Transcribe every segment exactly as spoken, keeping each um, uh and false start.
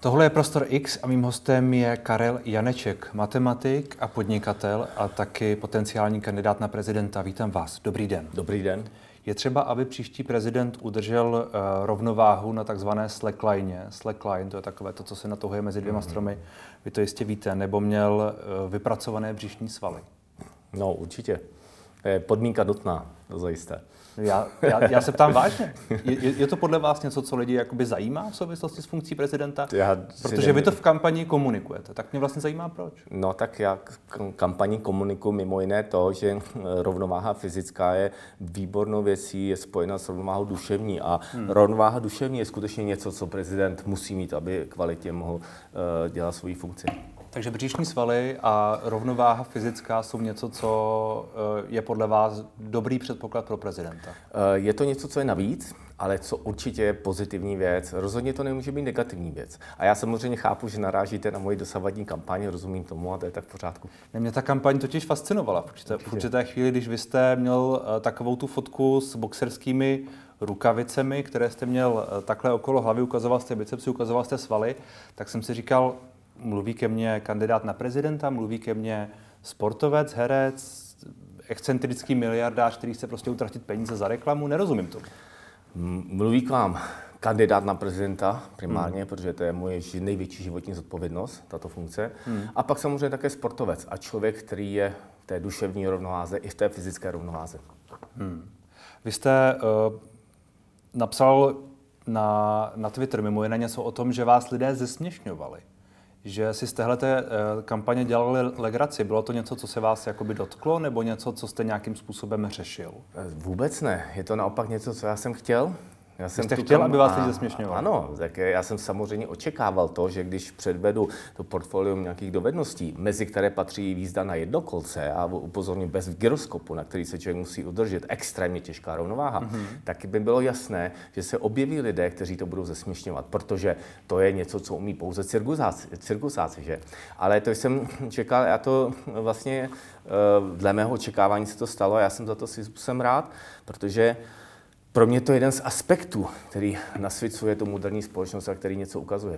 Tohle je Prostor X a mým hostem je Karel Janeček, matematik a podnikatel a taky potenciální kandidát na prezidenta. Vítám vás. Dobrý den. Dobrý den. Je třeba, aby příští prezident udržel uh, rovnováhu na takzvané slackline. Slackline, to je takové to, co se natahuje mezi dvěma mm-hmm. stromy. Vy to jistě víte. Nebo měl uh, vypracované břišní svaly. No, určitě. Je podmínka nutná, to zajisté. Já, já, já se ptám vážně. Je, je to podle vás něco, co lidi jakoby zajímá v souvislosti s funkcí prezidenta? Já Protože nevím. Vy to v kampani komunikujete. Tak mě vlastně zajímá, proč. No tak já kampani komunikuji mimo jiné to, že rovnováha fyzická je výbornou věcí, je spojena s rovnováhou duševní. A hmm. rovnováha duševní je skutečně něco, co prezident musí mít, aby kvalitně mohl uh, dělat svoji funkci. Takže břišní svaly a rovnováha fyzická jsou něco, co je podle vás dobrý předpoklad pro prezidenta? Je to něco, co je navíc, ale co určitě je pozitivní věc. Rozhodně to nemůže být negativní věc. A já samozřejmě chápu, že narážíte na moji dosavadní kampaň, rozumím tomu a to je tak v pořádku. Mě ta kampaň totiž fascinovala v určité, v určité chvíli, když vy jste měl takovou tu fotku s boxerskými rukavicemi, které jste měl takhle okolo hlavy, ukazoval jste bicepsy, ukazoval jste svaly, tak jsem si říkal, mluví ke mně kandidát na prezidenta, mluví ke mně sportovec, herec, excentrický miliardář, který chce prostě utratit peníze za reklamu, nerozumím tomu. Mluví k vám kandidát na prezidenta primárně, hmm. protože to je moje největší životní zodpovědnost, tato funkce. Hmm. A pak samozřejmě také sportovec a člověk, který je v té duševní rovnováze i v té fyzické rovnováze. Hmm. Vy jste uh, napsal na, na Twitter mimo jiné něco o tom, že vás lidé zesměšňovali. Že si z téhleté kampaně dělali legraci. Bylo to něco, co se vás jakoby dotklo, nebo něco, co jste nějakým způsobem řešil? Vůbec ne. Je to naopak něco, co já jsem chtěl. Já jsem jste chtěl, kam... aby vás lidi zesměšňovali? Ano, tak já jsem samozřejmě očekával to, že když předvedu to portfolium nějakých dovedností, mezi které patří jízda na jednokolce a upozorním bez gyroskopu, na který se člověk musí udržet, extrémně těžká rovnováha, mm-hmm. tak by bylo jasné, že se objeví lidé, kteří to budou zesměšňovat, protože to je něco, co umí pouze cirkusáci, cirkusáci, že? Ale to jsem čekal, já to vlastně dle mého očekávání se to stalo a já jsem za to si jsem rád, protože pro mě to je jeden z aspektů, který nasvěcuje tu moderní společnost a který něco ukazuje.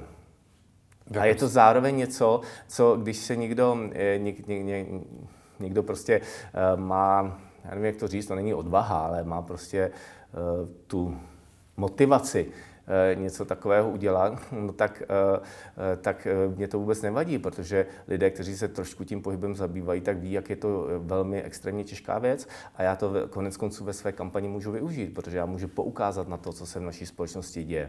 A je to zároveň něco, co když se někdo, něk, něk, něk, někdo prostě má, já nevím, jak to říct, to není odvaha, ale má prostě tu motivaci něco takového udělat, no tak, tak mě to vůbec nevadí, protože lidé, kteří se trošku tím pohybem zabývají, tak ví, jak je to velmi extrémně těžká věc a já to konec konců ve své kampani můžu využít, protože já můžu poukázat na to, co se v naší společnosti děje.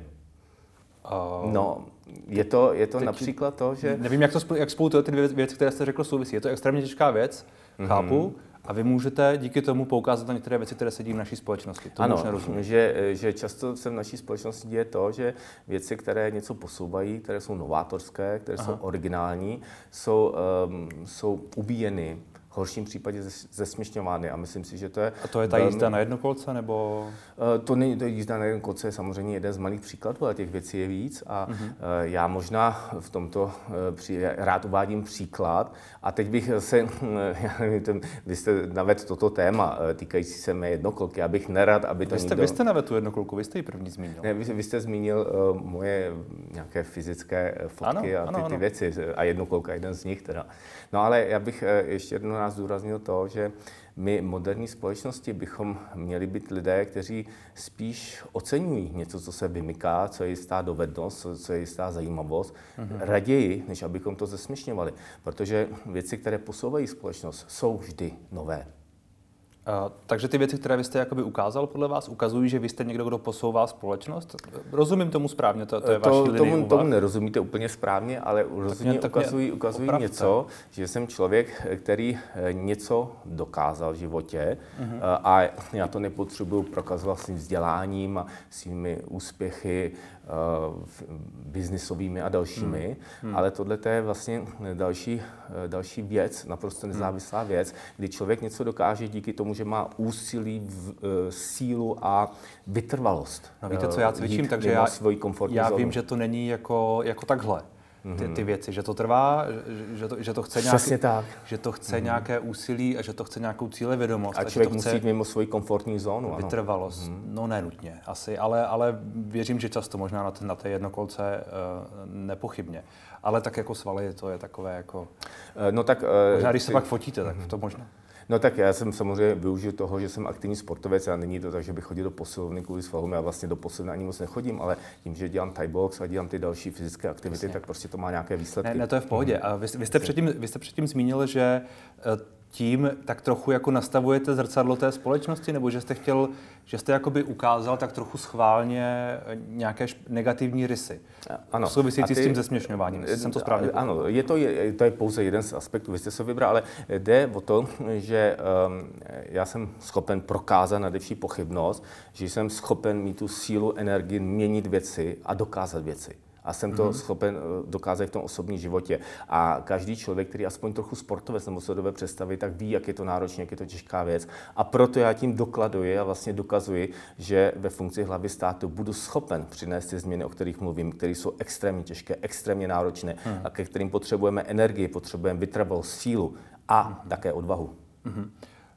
Uh, no, je to, je to například to, že... Nevím, jak, to, jak spolu ty dvě věci, které jste řekl, souvisí. Je to extrémně těžká věc, mm-hmm. chápu, a vy můžete díky tomu poukázat na některé věci, které se dějí v naší společnosti. To ano, že, že často se v naší společnosti děje to, že věci, které něco posouvají, které jsou novátorské, které Aha. jsou originální, jsou, um, jsou ubíjeny, v horším případě zesměšňovány a myslím si, že to je... A to je ta velmi... jízda na jednokolce, nebo...? Uh, to není, to jízda na jednokolce je samozřejmě jeden z malých příkladů, ale těch věcí je víc a uh-huh. uh, já možná v tomto uh, při, rád uvádím příklad a teď bych se, uh, já nevím, ten, vy jste navedl toto téma uh, týkající se mé jednokolky, já bych nerad, aby to vy jste, někdo... Vy jste navedl tu jednokolku, vy jste ji první zmínil. Ne, vy, vy jste zmínil uh, moje nějaké fyzické fotky ano, a ty, ano, ty ano. věci a jednokolka jeden z nich teda. No ale já bych uh, ještě jednou nás zdůraznil to, že my moderní společnosti bychom měli být lidé, kteří spíš oceňují něco, co se vymyká, co je jistá dovednost, co je jistá zajímavost, mm-hmm. raději, než abychom to zesměšňovali. Protože věci, které posouvají společnost, jsou vždy nové. Uh, takže ty věci, které vy jste jakoby ukázal, podle vás ukazují, že vy jste někdo, kdo posouvá společnost? Rozumím tomu správně, to, to je vaší linie tomu, tomu nerozumíte úplně správně, ale rozhodně ukazují, ukazují něco, že jsem člověk, který něco dokázal v životě uh-huh. a já to nepotřebuji prokazovat svým vzděláním a svými úspěchy uh, biznisovými a dalšími, hmm. ale tohle je vlastně další, další věc, naprosto nezávislá hmm. věc, kdy člověk něco dokáže díky tomu, že má úsilí, v, sílu a vytrvalost. No víte, co já cvičím, takže já, já vím, že to není jako, jako takhle. ty, ty věci, že to trvá, že, že, to, že to chce, nějaký, tak. Že to chce mm-hmm. nějaké úsilí a že to chce nějakou cílevědomost. A, a člověk musí jít mimo svoji komfortní zónu. Vytrvalost, ano. Mm-hmm. No ne nutně asi, ale, ale věřím, že často možná na té, na té jednokolce uh, nepochybně. Ale tak jako svaly, to je takové jako... No tak... Uh, možná když se ty... pak fotíte, tak mm-hmm. to možná. No tak já jsem samozřejmě využil toho, že jsem aktivní sportovec a není to tak, že bych chodil do posilovny kvůli svalům. Já vlastně do posilovny ani moc nechodím, ale tím, že dělám Thai box a dělám ty další fyzické aktivity, Jasně. tak prostě to má nějaké výsledky. Ne, ne to je v pohodě. A vy, vy, jste předtím, vy jste předtím zmínil, že tím tak trochu jako nastavujete zrcadlo té společnosti, nebo že jste chtěl, že jste jakoby ukázal tak trochu schválně nějaké negativní rysy. Ano. Související ty, s tím zesměšňováním, jestli jsem to správně Ano, pochopil. je to, je, to je pouze jeden z aspektů, vy jste se vybral, ale jde o to, že um, já jsem schopen prokázat nadevší pochybnost, že jsem schopen mít tu sílu, energii, měnit věci a dokázat věci. A jsem to mm-hmm. schopen dokázat v tom osobním životě. A každý člověk, který aspoň trochu sportovec nebo se dovede představit, tak ví, jak je to náročné, jak je to těžká věc. A proto já tím dokladuji a vlastně dokazuji, že ve funkci hlavy státu budu schopen přinést ty změny, o kterých mluvím, které jsou extrémně těžké, extrémně náročné mm-hmm. a ke kterým potřebujeme energii, potřebujeme vytrvalost, sílu a mm-hmm. také odvahu. Mm-hmm.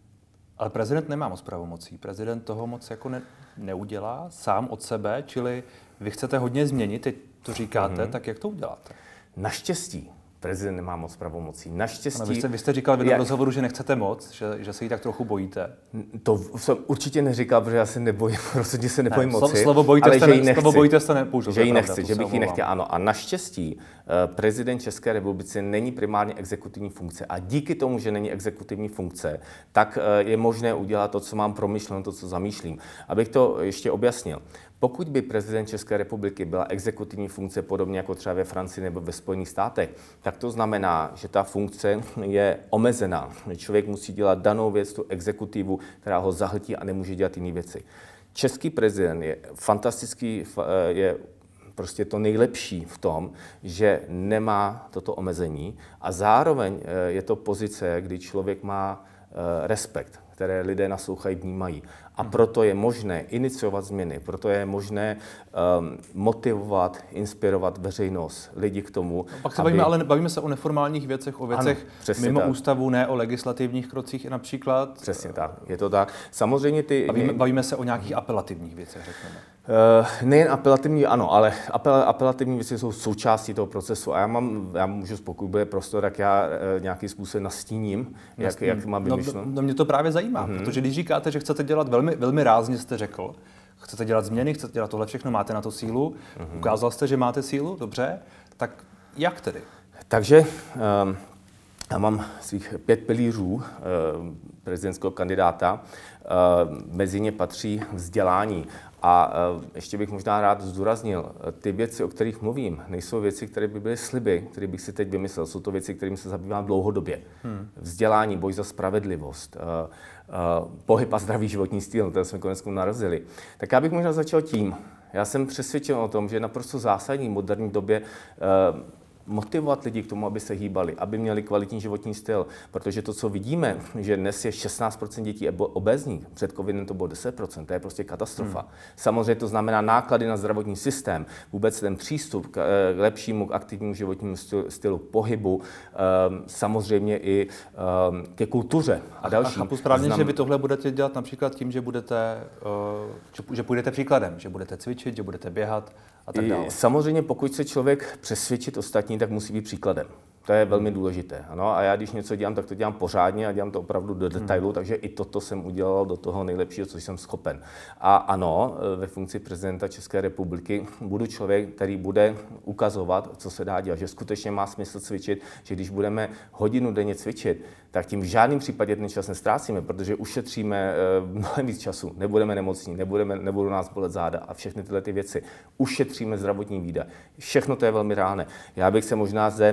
Ale prezident nemá moc pravomocí. Prezident toho moc jako ne, neudělá sám od sebe, čili vy chcete hodně změnit, teď to říkáte, mm-hmm. tak jak to uděláte? Naštěstí prezident nemá moc pravomocí. Naštěstí... Ano, vy, jste, vy jste říkal v jednom jak... rozhovoru, že nechcete moc, že, že se jí tak trochu bojíte. To jsem určitě neříkal, protože já se nebojím, rozhodně se nebojím ne, moci. Slovo bojíte ale jste, že ji nechci. Slovo bojíte jste nepoužil. Že ji nechci, že bych ji nechtěl, ano. A naštěstí prezident České republiky není primárně exekutivní funkce. A díky tomu, že není exekutivní funkce, tak je možné udělat to, co mám promyšleno, to, co zamýšlím. Abych to ještě objasnil. Pokud by prezident České republiky byla exekutivní funkce podobně jako třeba ve Francii nebo ve Spojených státech, tak to znamená, že ta funkce je omezená. Člověk musí dělat danou věc, tu exekutivu, která ho zahltí a nemůže dělat jiné věci. Český prezident je fantastický, je prostě to nejlepší v tom, že nemá toto omezení a zároveň je to pozice, kdy člověk má respekt, které lidé naslouchají, vnímají. A proto je možné iniciovat změny, proto je možné um, motivovat, inspirovat veřejnost, lidi k tomu. No, pak se aby... bavíme, ale bavíme se o neformálních věcech, o věcech ano, mimo tak. ústavu, ne o legislativních krocích například. Přesně tak, je to tak. Samozřejmě ty... Bavíme, bavíme se o nějakých apelativních věcech, řekněme. Uh, nejen apelativní, ano, ale apel, apelativní věci jsou součástí toho procesu a já mám, já můžu, pokud bude prostor, tak já uh, nějakým způsobem nastíním, jak, jak mám vymyšleno. No, no mě to právě zajímá, mm-hmm. protože když říkáte, že chcete dělat velmi, velmi rázně, jste řekl, chcete dělat změny, chcete dělat tohle všechno, máte na to sílu, mm-hmm. ukázal jste, že máte sílu, dobře, tak jak tedy? Takže um, já mám svých pět pilířů uh, prezidentského kandidáta, uh, mezi ně patří vzdělání. A ještě bych možná rád zdůraznil, ty věci, o kterých mluvím, nejsou věci, které by byly sliby, které bych si teď vymyslel. Jsou to věci, kterým se zabývám dlouhodobě. Hmm. Vzdělání, boj za spravedlivost, uh, uh, pohyb a zdravý životní styl, ten jsme konec konců narazili. Tak já bych možná začal tím. Já jsem přesvědčen o tom, že je naprosto zásadní v moderní době uh, motivovat lidi k tomu, aby se hýbali, aby měli kvalitní životní styl, protože to, co vidíme, že dnes je šestnáct procent dětí obézních, před covidem to bylo deset procent, to je prostě katastrofa. Hmm. Samozřejmě to znamená náklady na zdravotní systém, vůbec ten přístup k lepšímu, k aktivnímu životnímu stylu, stylu pohybu, samozřejmě i ke kultuře a další. A chápu správně, Znam... že vy tohle budete dělat například tím, že budete, že půjdete příkladem, že budete cvičit, že budete běhat a tak dále. Samozřejmě, pokud se člověk přesvědčit ostatní, tak musí být příkladem. To je velmi důležité. Ano, a já když něco dělám, tak to dělám pořádně a dělám to opravdu do detailu, hmm. takže i toto jsem udělal do toho nejlepšího, co jsem schopen. A ano, ve funkci prezidenta České republiky budu člověk, který bude ukazovat, co se dá dělat, že skutečně má smysl cvičit, že když budeme hodinu denně cvičit, tak tím v žádném případě ten čas nestrácíme, protože ušetříme mnohem víc času, nebudeme nemocní, nebudeme, nebudou nás bolet záda a všechny tyhle ty věci. Ušetříme zdravotní výdaje. Všechno to je velmi reálné. Já bych se možná zde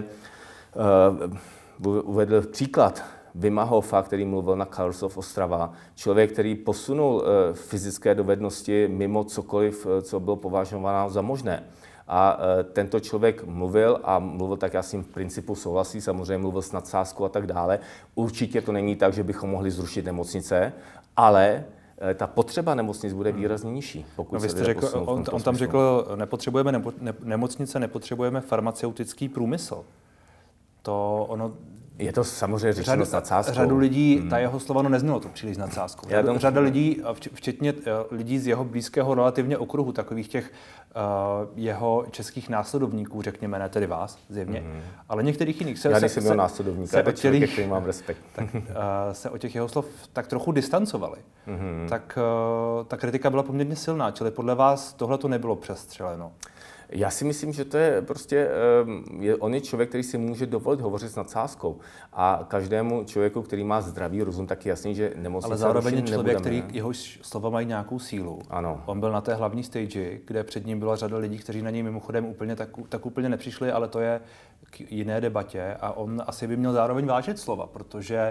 Uh, uvedl příklad Wima Hofa, který mluvil na Karlsruhe Ostrava. Člověk, který posunul uh, fyzické dovednosti mimo cokoliv, uh, co bylo považováno za možné. A uh, tento člověk mluvil a mluvil tak, já s tím v principu souhlasím, samozřejmě mluvil s nadsázkou a tak dále. Určitě to není tak, že bychom mohli zrušit nemocnice, ale ta potřeba nemocnic bude výrazně nižší. Pokud no, vy jste řekl, on, on tam řekl, nepotřebujeme nebo, ne, nemocnice, nepotřebujeme farmaceutický průmysl. To ono... Je to samozřejmě řečeno s nadsázkou. Řadu lidí, hmm. ta jeho slova no neznělo to příliš s nadsázkou. Řada, řada lidí, včetně lidí z jeho blízkého relativně okruhu, takových těch uh, jeho českých následovníků, řekněme, ne tedy vás, zjevně, hmm. ale některých jiných se... Já nejsem jeho následovník, ale člověk, který mám respekt. Tak, uh, se o těch jeho slov tak trochu distancovali. Hmm. Tak uh, ta kritika byla poměrně silná, čili podle vás tohle to nebylo přestřeleno. Já si myslím, že to je prostě, je, on je člověk, který si může dovolit hovořit s nadsázkou. A každému člověku, který má zdravý rozum, tak je jasný, že nemocnice ale zároveň je člověk, nebudeme. který jeho slova mají nějakou sílu. Ano. On byl na té hlavní stage, kde před ním byla řada lidí, kteří na něj mimochodem úplně tak, tak úplně nepřišli, ale to je k jiné debatě. A on asi by měl zároveň vážit slova, protože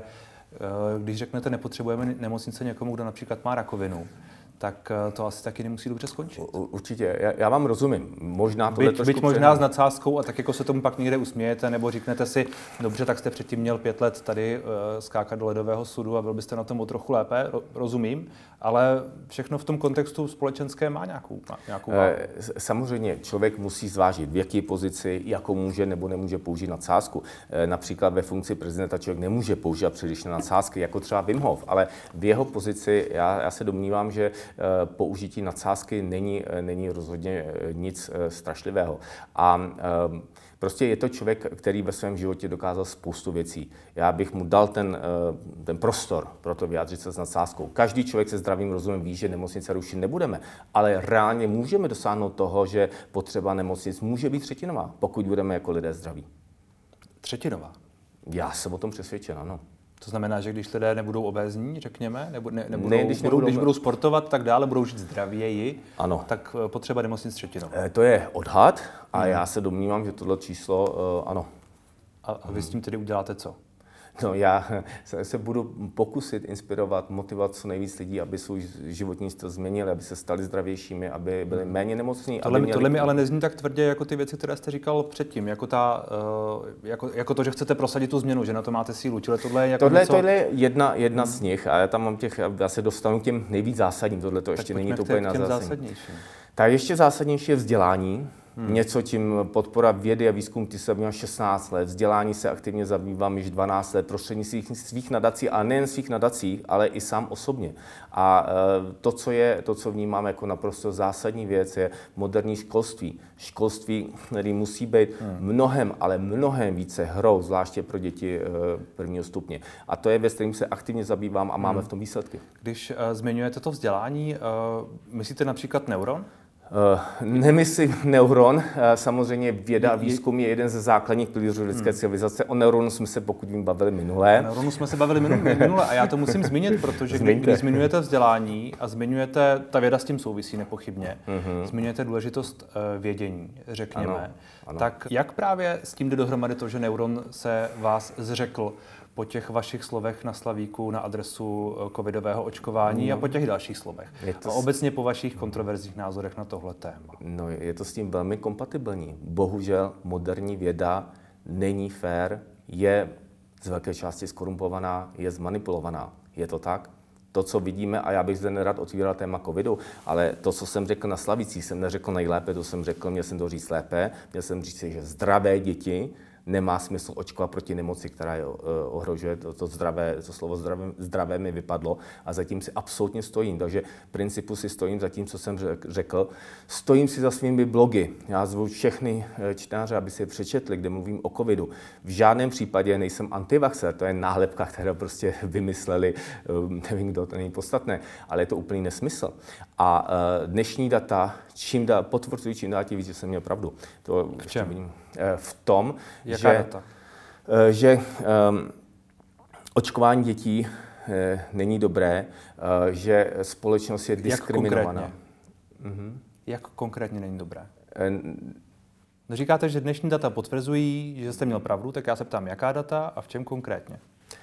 když řeknete, nepotřebujeme nemocnice někomu, kdo například má rakovinu, tak to asi taky nemusí dobře skončit. Určitě, já, já vám rozumím. Možná tohle byť, byť možná s nadsázkou a tak jako se tomu pak někde usmějete, nebo řeknete si, dobře, tak jste předtím měl pět let tady uh, skákat do ledového sudu a byl byste na tom o trochu lépe, ro, rozumím, ale všechno v tom kontextu společenské má nějakou, má nějakou váhu. Samozřejmě člověk musí zvážit, v jaké pozici, jakou může nebo nemůže použít nadsázku. Například ve funkci prezidenta člověk nemůže používat přílišné nadsázky, jako třeba Wim Hof, ale v jeho pozici já, já se domnívám, že použití nadsázky není, není rozhodně nic strašlivého. A prostě je to člověk, který ve svém životě dokázal spoustu věcí. Já bych mu dal ten, ten prostor pro to vyjádřit se s nadsázkou. Každý člověk se zdravým rozumem ví, že nemocnice rušit nebudeme, ale reálně můžeme dosáhnout toho, že potřeba nemocnic může být třetinová, pokud budeme jako lidé zdraví. Třetinová? Já jsem o tom přesvědčen, ano. To znamená, že když lidé nebudou obézní, řekněme, nebo ne, nebudou, ne, když, nebudou, nebudou, když budou sportovat, tak dále budou žít zdravěji, ano. tak potřeba nemocnic třetinou. To je odhad a hmm. já se domnívám, že tohle číslo, uh, ano. A, a vy s tím tedy uděláte co? No, já se budu pokusit inspirovat, motivovat co nejvíc lidí, aby svůj životní styl změnili, aby se stali zdravějšími, aby byli méně nemocní. Tohle, aby měli... tohle mi ale nezní tak tvrdě jako ty věci, které jste říkal předtím, jako, ta, jako, jako to, že chcete prosadit tu změnu, že na to máte sílu. Čili tohle je jako tohle, něco... tohle je jedna, jedna hmm. z nich a já tam mám těch, já se dostanu k těm nejvíc zásadním, tohle to ještě není to úplně na zásadní. Tak ještě zásadnější je vzdělání. Hmm. Něco, tím podpora vědy a výzkum, ty se zabývám šestnáct let, vzdělání se aktivně zabývám již dvanáct let, prostřednictvím svých nadací, a nejen svých nadací, ale i sám osobně. A to, co je, to, co vnímám jako naprosto zásadní věc, je moderní školství. Školství, který musí být hmm. mnohem, ale mnohem více hrou, zvláště pro děti prvního stupně. A to je věc, kterým se aktivně zabývám a máme hmm. v tom výsledky. Když uh, zmiňujete to vzdělání, uh, myslíte například neuron? Uh, nemyslím neuron, uh, samozřejmě věda a výzkum je jeden ze základních pilířů lidské hmm. civilizace. O neuronu jsme se, pokud vím, bavili minule. O neuronu jsme se bavili minule a já to musím zmínit, protože když, když zmiňujete vzdělání a zmiňujete, ta věda s tím souvisí nepochybně, mm-hmm. zmiňujete důležitost uh, vědění, řekněme, ano, ano. Tak jak právě s tím jde dohromady to, že neuron se vás zřekl po těch vašich slovech na Slavíku na adresu covidového očkování no. a po těch dalších slovech. A obecně po vašich kontroverzních názorech na tohle téma. No, je to s tím velmi kompatibilní. Bohužel moderní věda není fér, je z velké části skorumpovaná, je zmanipulovaná. Je to tak? To, co vidíme, a já bych zde nerad otvíral téma covidu, ale to, co jsem řekl na Slavicích, jsem neřekl nejlépe, to jsem řekl, měl jsem to říct lépe, měl jsem říct, že zdravé děti nemá smysl očkovat proti nemoci, která je ohrožuje. To, to, zdravé, to slovo zdravé, zdravé mi vypadlo a zatím si absolutně stojím. Takže v principu si stojím za tím, co jsem řekl. Stojím si za svými blogy. Já zvu všechny čtenáře, aby si je přečetli, kde mluvím o covidu. V žádném případě nejsem antivaxer, to je nálepka, která prostě vymysleli, nevím kdo, to není podstatné, ale je to úplný nesmysl. A dnešní data, čím dál, potvrzují čím dál tím víc, že jsem měl pravdu. To v čem? Vidím, v tom, Jaká že, data? že um, očkování dětí eh, není dobré, eh, že společnost je diskriminovaná. Jak konkrétně? Mhm. Jak konkrétně není dobré? Eh, no říkáte, že dnešní data potvrzují, že jste měl pravdu, tak já se ptám, jaká data a v čem konkrétně?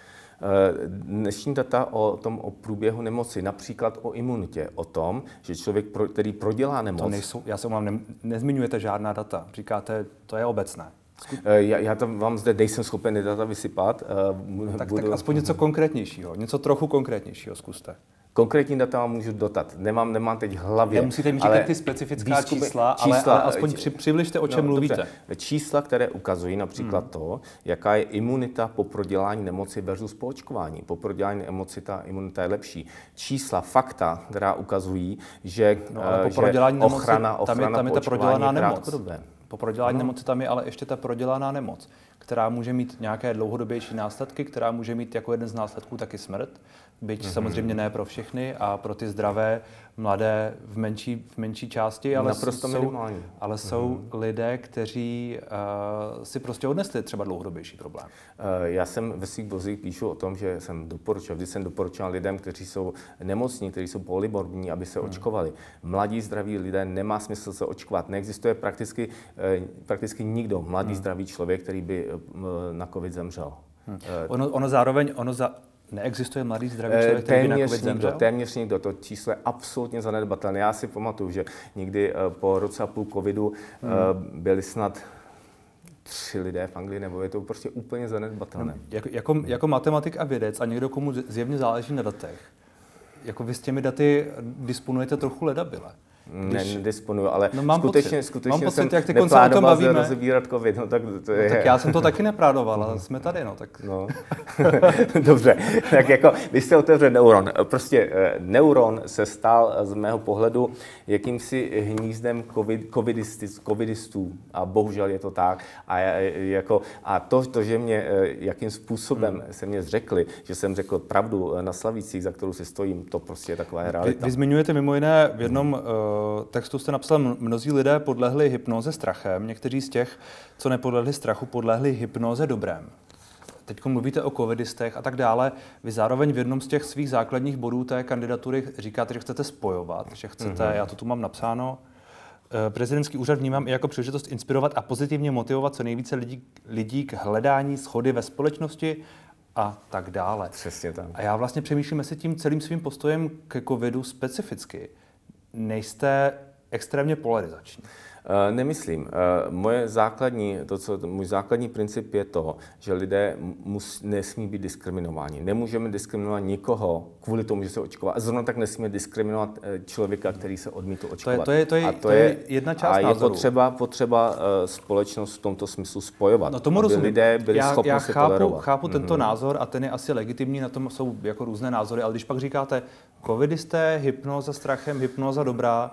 Dnešní data o tom, o průběhu nemoci, například o imunitě, o tom, že člověk, který prodělá nemoc... To nejsou, já se vám ne, nezmiňujete žádná data, říkáte, to je obecné. Já, já tam vám zde nejsem schopen data vysypat. Tak, budu... tak aspoň něco konkrétnějšího, něco trochu konkrétnějšího zkuste. Konkrétní data vám můžu dotat. Nemám, nemám teď v hlavě. Nemusíte mi říkat ty specifická výzkumy, čísla, čísla, ale, ale aspoň při, přibližte, o čem no, mluvíte. Dobře. Čísla, které ukazují například hmm. to, jaká je imunita po prodělání nemoci versus po očkování. Po prodělání nemoci ta imunita je lepší. Čísla, fakta, která ukazují, že, no, ale po že prodělání nemoci, ochrana, tam je, ochrana tam je po ta prodělaná nemoc. krátkodobé. Po prodělání no. nemoci tam je ale ještě ta prodělaná nemoc, která může mít nějaké dlouhodobější následky, která může mít jako jeden z následků taky smrt, byť mm-hmm. samozřejmě ne pro všechny a pro ty zdravé, mladé v menší, v menší části, ale naprosto jsou, minimální. ale jsou mm-hmm. lidé, kteří uh, si prostě odnesli třeba dlouhodobější problém. Uh, já jsem ve svých blozích píšu o tom, že jsem doporučil, vždy jsem doporučil lidem, kteří jsou nemocní, kteří jsou polymorbidní, aby se mm. očkovali. Mladí zdraví lidé nemá smysl se očkovat. Neexistuje prakticky, uh, prakticky nikdo, mladý mm. zdravý člověk, který by uh, na covid zemřel. Mm. Uh, ono, ono zároveň, ono za... Neexistuje mladý zdravý člověk, který by na covid zemřel? Téměř nikdo. To číslo je absolutně zanedbatelné. Já si pamatuju, že někdy po roce a půl covidu hmm. byli snad tři lidé v Anglii, nebo je to prostě úplně zanedbatelné. Hmm. Jako, jako, jako matematik a vědec a někdo, komu zjevně záleží na datech, jako vy s těmi daty disponujete trochu ledabyle. Když... Nedisponuju, ale no mám skutečně, pocit, skutečně mám pocit, jsem jak ty konce o tom bavíme. rozebírat covid, no tak to je... No, tak já jsem to taky neplánoval, ale jsme tady, no tak... No. Dobře, tak jako, když jste otevřel neuron, prostě neuron se stal z mého pohledu jakýmsi hnízdem COVID, covidistů a bohužel je to tak. A, jako, a to, to, že mě, jakým způsobem hmm. se mě zřekli, že jsem řekl pravdu na Slavících, za kterou si stojím, to prostě je taková realita. Vy, vy zmiňujete mimo jiné v jednom textu jste napsal, mnozí lidé podlehli hypnoze strachem, někteří z těch, co nepodlehli strachu, podlehli hypnoze dobrém. Teď mluvíte o covidistech a tak dále. Vy zároveň v jednom z těch svých základních bodů té kandidatury říkáte, že chcete spojovat, že chcete, mm-hmm. já to tu mám napsáno, prezidentský úřad vnímám i jako příležitost inspirovat a pozitivně motivovat co nejvíce lidí, lidí k hledání shody ve společnosti a tak dále. Přesně tak. A já vlastně přemýšlím, jestli tím celým svým postojem ke covidu specificky nejste extrémně polarizační. Uh, nemyslím. Uh, moje základní, to, co, můj základní princip je to, že lidé mus, nesmí být diskriminováni. Nemůžeme diskriminovat nikoho kvůli tomu, že se očková. A zrovna tak nesmíme diskriminovat člověka, který se odmítl očkovat. To je, to je, to je, a to, to je jedna část a je názoru. potřeba, potřeba uh, společnost v tomto smyslu spojovat. No tomu aby rozumím. lidé byli já, schopni já se chápu, tolerovat. chápu mm-hmm. tento názor a ten je asi legitimní, na tom jsou jako různé názory, ale když pak říkáte covidisté, hypnoza strachem, hypnoza dobrá,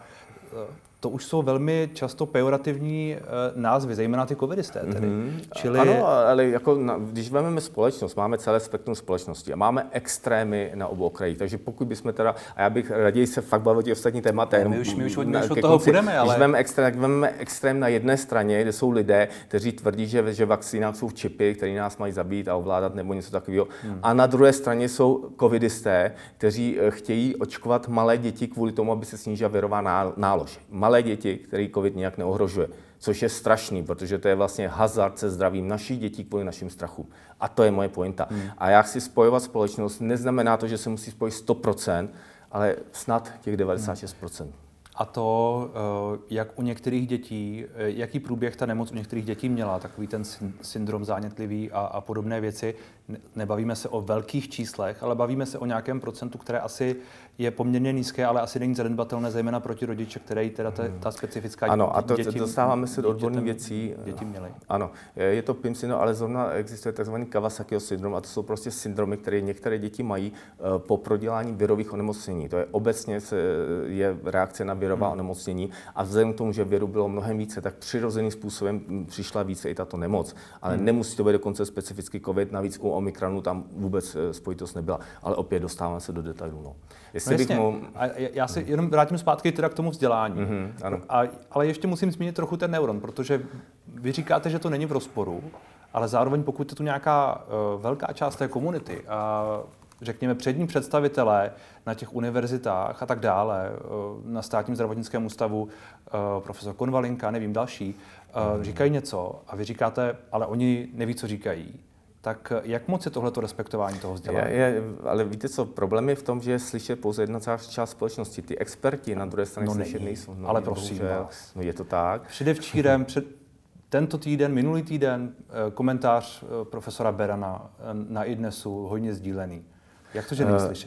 to už jsou velmi často pejorativní uh, názvy, zejména ty covidisté tedy. Mm-hmm. Čili... Ano, ale jako na, když vezmeme společnost, máme celé spektrum společnosti a máme extrémy na obou okrajích, takže pokud bychom teda, a já bych raději se fakt bavil o ostatní témata. My už, my už od, my už od toho konci, půjdeme, ale... Když vezmeme extrém, vezmeme extrém na jedné straně, kde jsou lidé, kteří tvrdí, že, že vakcínách jsou čipy, které nás mají zabít a ovládat nebo něco takového. Hmm. A na druhé straně jsou covidisté, kteří chtějí očkovat malé děti kvůli tomu, aby se snížila virová nálož. Malé děti, který covid nějak neohrožuje, což je strašný, protože to je vlastně hazard se zdravím našich dětí kvůli našim strachům. A to je moje pointa. Hmm. A já chci spojovat společnost, neznamená to, že se musí spojit sto procent, ale snad těch devadesát šest procent. Hmm. A to, jak u některých dětí, jaký průběh ta nemoc u některých dětí měla, takový ten syndrom zánětlivý a, a podobné věci. Nebavíme se o velkých číslech, ale bavíme se o nějakém procentu, které asi je poměrně nízké, ale asi není zanedbatelné, zejména proti rodiče, který teda ta, ta specifická děti. Ano, a to děti, dostáváme se do odborných věcí. Děti měly. Ano, je to P I M syndrom, ale zrovna existuje tzv. Kawasakiho syndrom a to jsou prostě syndromy, které některé děti mají po prodělání virových onemocnění. To je obecně je reakce na virová hmm. onemocnění a vzhledem k tomu, že viru bylo mnohem více, tak přirozeným způsobem přišla více i tato nemoc. Ale hmm. nemusí to být dokonce specifický covid, navíc u Omikronu tam vůbec spojitost nebyla, ale opět dostáváme se do detailů. No. No jasně. Mohl... A já se jenom vrátím zpátky teda k tomu vzdělání. Mm-hmm, ano. A, ale ještě musím zmínit trochu ten neuron, protože vy říkáte, že to není v rozporu, ale zároveň pokud je tu nějaká uh, velká část té komunity a řekněme přední představitelé na těch univerzitách a tak dále, uh, na Státním zdravotnickém ústavu, uh, profesor Konvalinka, nevím další, uh, mm-hmm. říkají něco a vy říkáte, ale oni neví, co říkají. Tak jak moc je tohleto respektování toho vzdělání? Je, je, ale víte co, problém je v tom, že je slyšet pouze jedna část společnosti. Ty experti na druhé straně no slyšet nejsou. No, ale prosím bohužel, vás. No je to tak. Předevčírem, před tento týden, minulý týden, komentář profesora Berana na iDnesu, hodně sdílený. Jak to, že není slyšet?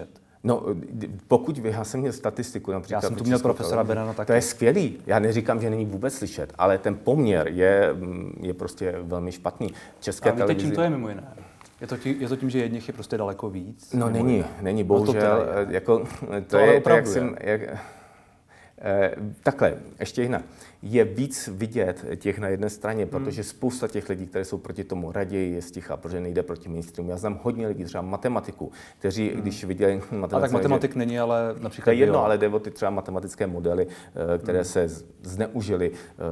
No, pokud vy, já jsem měl statistiku například. Já jsem tu měl profesora Berana taky. To je skvělý. Já neříkám, že není vůbec slyšet, ale ten poměr je, je prostě velmi špatný. České a víte, televizi... čím to je mimo jiné? Je to, tím, je to tím, že jedních je prostě daleko víc? No není, jiné? není, bohužel. No to, je. Jako, to, to je, to, jak jsem... Jak, Eh, takhle, ještě jinak. Je víc vidět těch na jedné straně, protože hmm. spousta těch lidí, kteří jsou proti tomu, raději je sticha, protože nejde proti mainstreamu. Já znám hodně lidí, třeba matematiku, kteří, hmm. když viděli matematiku... A tak matematik že, není, ale například... To je jedno, ale jde o ty třeba matematické modely, které hmm. se zneužily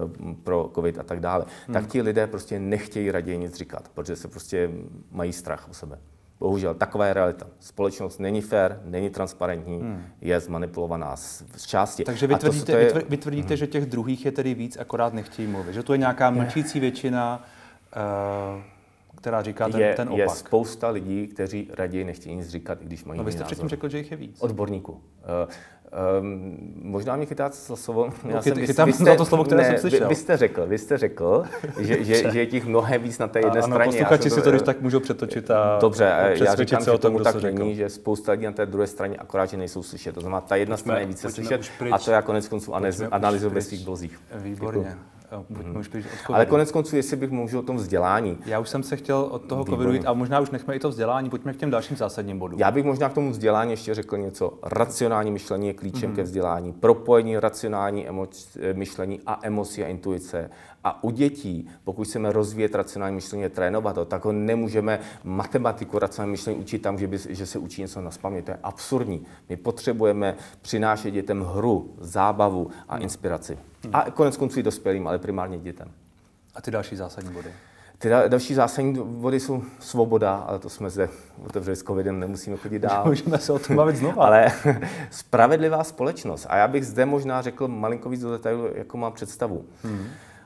pro covid a tak dále. Hmm. Tak ti lidé prostě nechtějí raději nic říkat, protože se prostě mají strach o sebe. Bohužel, taková je realita. Společnost není fair, není transparentní, hmm. je zmanipulovaná z, z části. Takže vy tvrdíte, je... vy tvrdíte hmm. že těch druhých je tedy víc, akorát nechtějí mluvit. Že tu je nějaká mlčící většina, uh, která říká ten, je, ten opak. Je spousta lidí, kteří raději nechtějí nic říkat, i když mají No vy jste názor. předtím řekl, že jich je víc. Odborníků. Uh, Um, možná mě chytáte za slovo. Já no, jsem, vy, chytám vy jste, to slovo, které ne, jsem slyšel. Vy, vy jste řekl, vy jste řekl, že, že, že je těch mnohem víc na té jedné ano, straně. Posluchači si to když tak můžou přetočit a dobře, já říkám, že tomu tak řekl. není, že spousta lidí na té druhé straně akorát, že nejsou slyšet. To znamená, ta jedna pojďme, strana je více slyšet a to já konec konců analyzuji ve svých blozích. Výborně. Hmm. Ale konec konců, jestli bych můžu o tom vzdělání. Já už jsem se chtěl od toho covidu jít a možná už nechme i to vzdělání, pojďme k těm dalším zásadním bodům. Já bych možná k tomu vzdělání ještě řekl něco. Racionální myšlení je klíčem mm-hmm. ke vzdělání. Propojení racionální emoc, myšlení a emocí a intuice. A u dětí, pokud chceme rozvíjet racionální myšlení, trénovat to, tak ho nemůžeme matematiku racionální myšlení učit tam, že, by, že se učí něco nazpaměť. To je absurdní. My potřebujeme přinášet dětem hru, zábavu a inspiraci. Hmm. A konec konců i dospělým, ale primárně dětem. A ty další zásadní body? Ty další zásadní body jsou svoboda, ale to jsme zde otevřeli s covidem, nemusíme chodit dál. Můžeme se o tom bavit znovu. Ale spravedlivá společnost. A já bych zde možná řekl malinko víc do detailu, jako mám představu. Hmm.